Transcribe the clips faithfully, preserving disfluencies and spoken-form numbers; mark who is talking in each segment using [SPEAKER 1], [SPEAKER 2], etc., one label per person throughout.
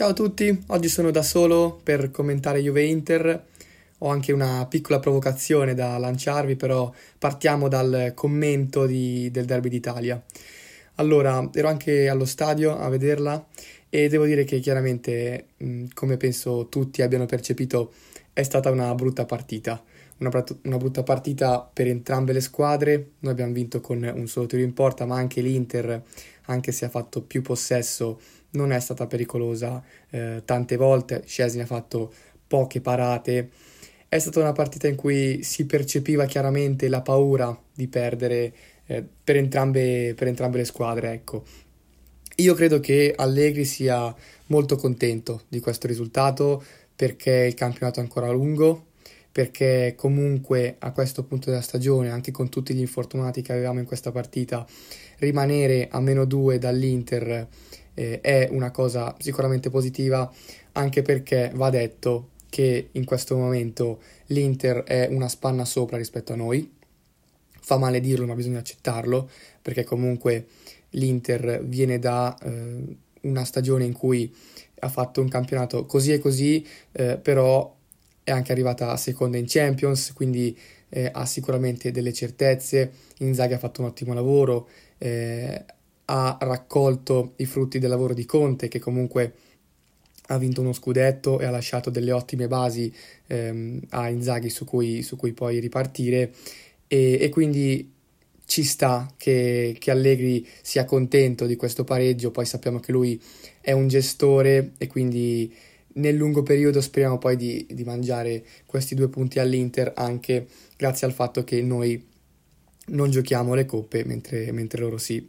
[SPEAKER 1] Ciao a tutti, oggi sono da solo per commentare Juve-Inter. Ho anche una piccola provocazione da lanciarvi, però partiamo dal commento di- del Derby d'Italia. Allora, ero anche allo stadio a vederla e devo dire che chiaramente, mh, come penso tutti abbiano percepito, è stata una brutta partita. Una, brat- una brutta partita per entrambe le squadre. Noi abbiamo vinto con un solo tiro in porta, ma anche l'Inter, anche se ha fatto più possesso, non è stata pericolosa eh, tante volte. Szczęsny ha fatto poche parate. È stata una partita in cui si percepiva chiaramente la paura di perdere eh, per entrambe, per entrambe le squadre, ecco. Io credo che Allegri sia molto contento di questo risultato perché il campionato è ancora lungo, perché comunque a questo punto della stagione, anche con tutti gli infortunati che avevamo in questa partita, rimanere a meno due dall'Inter eh, è una cosa sicuramente positiva, anche perché va detto che in questo momento l'Inter è una spanna sopra rispetto a noi. Fa male dirlo, ma bisogna accettarlo, perché comunque l'Inter viene da eh, una stagione in cui ha fatto un campionato così e così, eh, però è anche arrivata seconda in Champions, quindi eh, ha sicuramente delle certezze. Inzaghi ha fatto un ottimo lavoro, eh, ha raccolto i frutti del lavoro di Conte, che comunque ha vinto uno scudetto e ha lasciato delle ottime basi ehm, a Inzaghi su cui, su cui poi ripartire e, e quindi ci sta che, che Allegri sia contento di questo pareggio. Poi sappiamo che lui è un gestore e quindi nel lungo periodo speriamo poi di, di mangiare questi due punti all'Inter, anche grazie al fatto che noi non giochiamo le coppe mentre, mentre loro sì.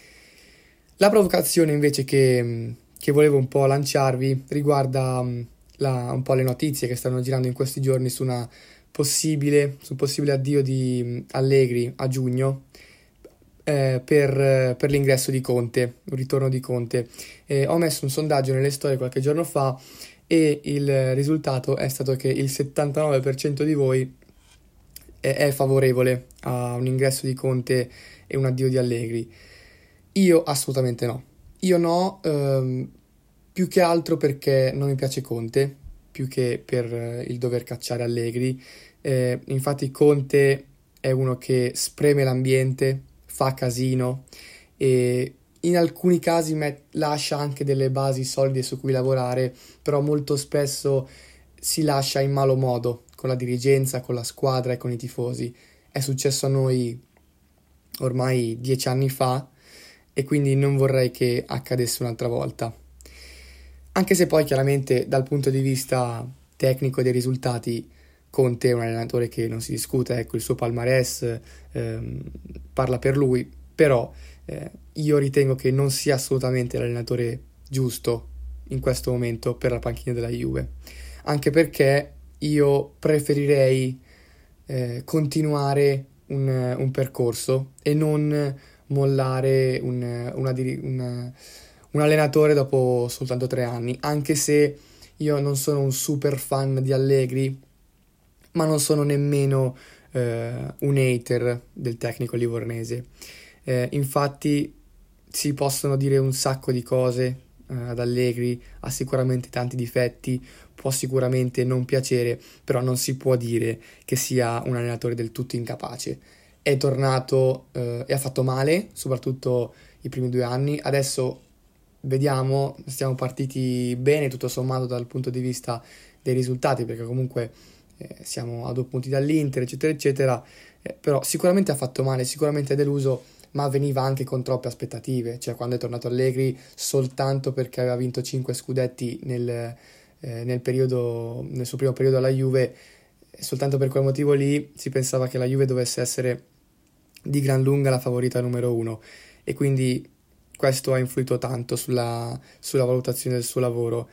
[SPEAKER 1] La provocazione invece che, che volevo un po' lanciarvi riguarda mh, la- un po' le notizie che stanno girando in questi giorni su una possibile, sul possibile addio di mh, Allegri a giugno eh, per, eh, per l'ingresso di Conte, un ritorno di Conte. Eh, ho messo un sondaggio nelle storie qualche giorno fa e il risultato è stato che il settantanove per cento di voi è, è favorevole a un ingresso di Conte e un addio di Allegri. Io assolutamente no. Io no, ehm, più che altro perché non mi piace Conte, più che per eh, il dover cacciare Allegri. Eh, infatti Conte è uno che spreme l'ambiente, fa casino e in alcuni casi met- lascia anche delle basi solide su cui lavorare, però molto spesso si lascia in malo modo con la dirigenza, con la squadra e con i tifosi. È successo a noi ormai dieci anni fa e quindi non vorrei che accadesse un'altra volta. Anche se poi chiaramente dal punto di vista tecnico dei risultati Conte è un allenatore che non si discute, ecco il suo palmarès ehm, parla per lui, però eh, io ritengo che non sia assolutamente l'allenatore giusto in questo momento per la panchina della Juve, anche perché io preferirei eh, continuare un, un percorso e non mollare un, una diri- una- un allenatore dopo soltanto tre anni, anche se io non sono un super fan di Allegri, ma non sono nemmeno eh, un hater del tecnico livornese. Eh, infatti si possono dire un sacco di cose eh, ad Allegri, ha sicuramente tanti difetti, può sicuramente non piacere, però non si può dire che sia un allenatore del tutto incapace. È tornato eh, e ha fatto male, soprattutto i primi due anni. Adesso vediamo, siamo partiti bene tutto sommato dal punto di vista dei risultati, perché comunque eh, siamo a due punti dall'Inter, eccetera, eccetera. Eh, però sicuramente ha fatto male, sicuramente ha deluso, ma veniva anche con troppe aspettative. Cioè, quando è tornato Allegri, soltanto perché aveva vinto cinque scudetti nel, eh, nel periodo, nel suo primo periodo alla Juve, soltanto per quel motivo lì si pensava che la Juve dovesse essere di gran lunga la favorita numero uno e quindi questo ha influito tanto sulla, sulla valutazione del suo lavoro.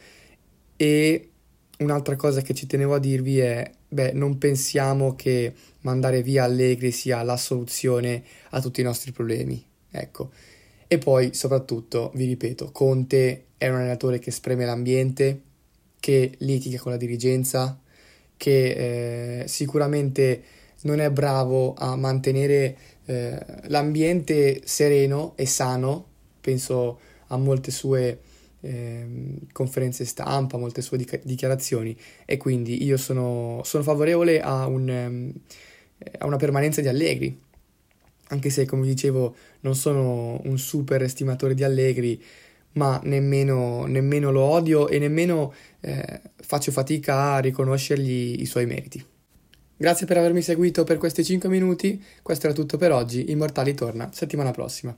[SPEAKER 1] E un'altra cosa che ci tenevo a dirvi è, beh, non pensiamo che mandare via Allegri sia la soluzione a tutti i nostri problemi, ecco. E poi, soprattutto, vi ripeto, Conte è un allenatore che spreme l'ambiente, che litiga con la dirigenza, che eh, sicuramente non è bravo a mantenere eh, l'ambiente sereno e sano. Penso a molte sue ehm, conferenze stampa, molte sue dica- dichiarazioni, e quindi io sono, sono favorevole a, un, ehm, a una permanenza di Allegri, anche se, come dicevo, non sono un super estimatore di Allegri, ma nemmeno, nemmeno lo odio e nemmeno eh, faccio fatica a riconoscergli i suoi meriti. Grazie per avermi seguito per questi cinque minuti, questo era tutto per oggi, Immortali torna settimana prossima.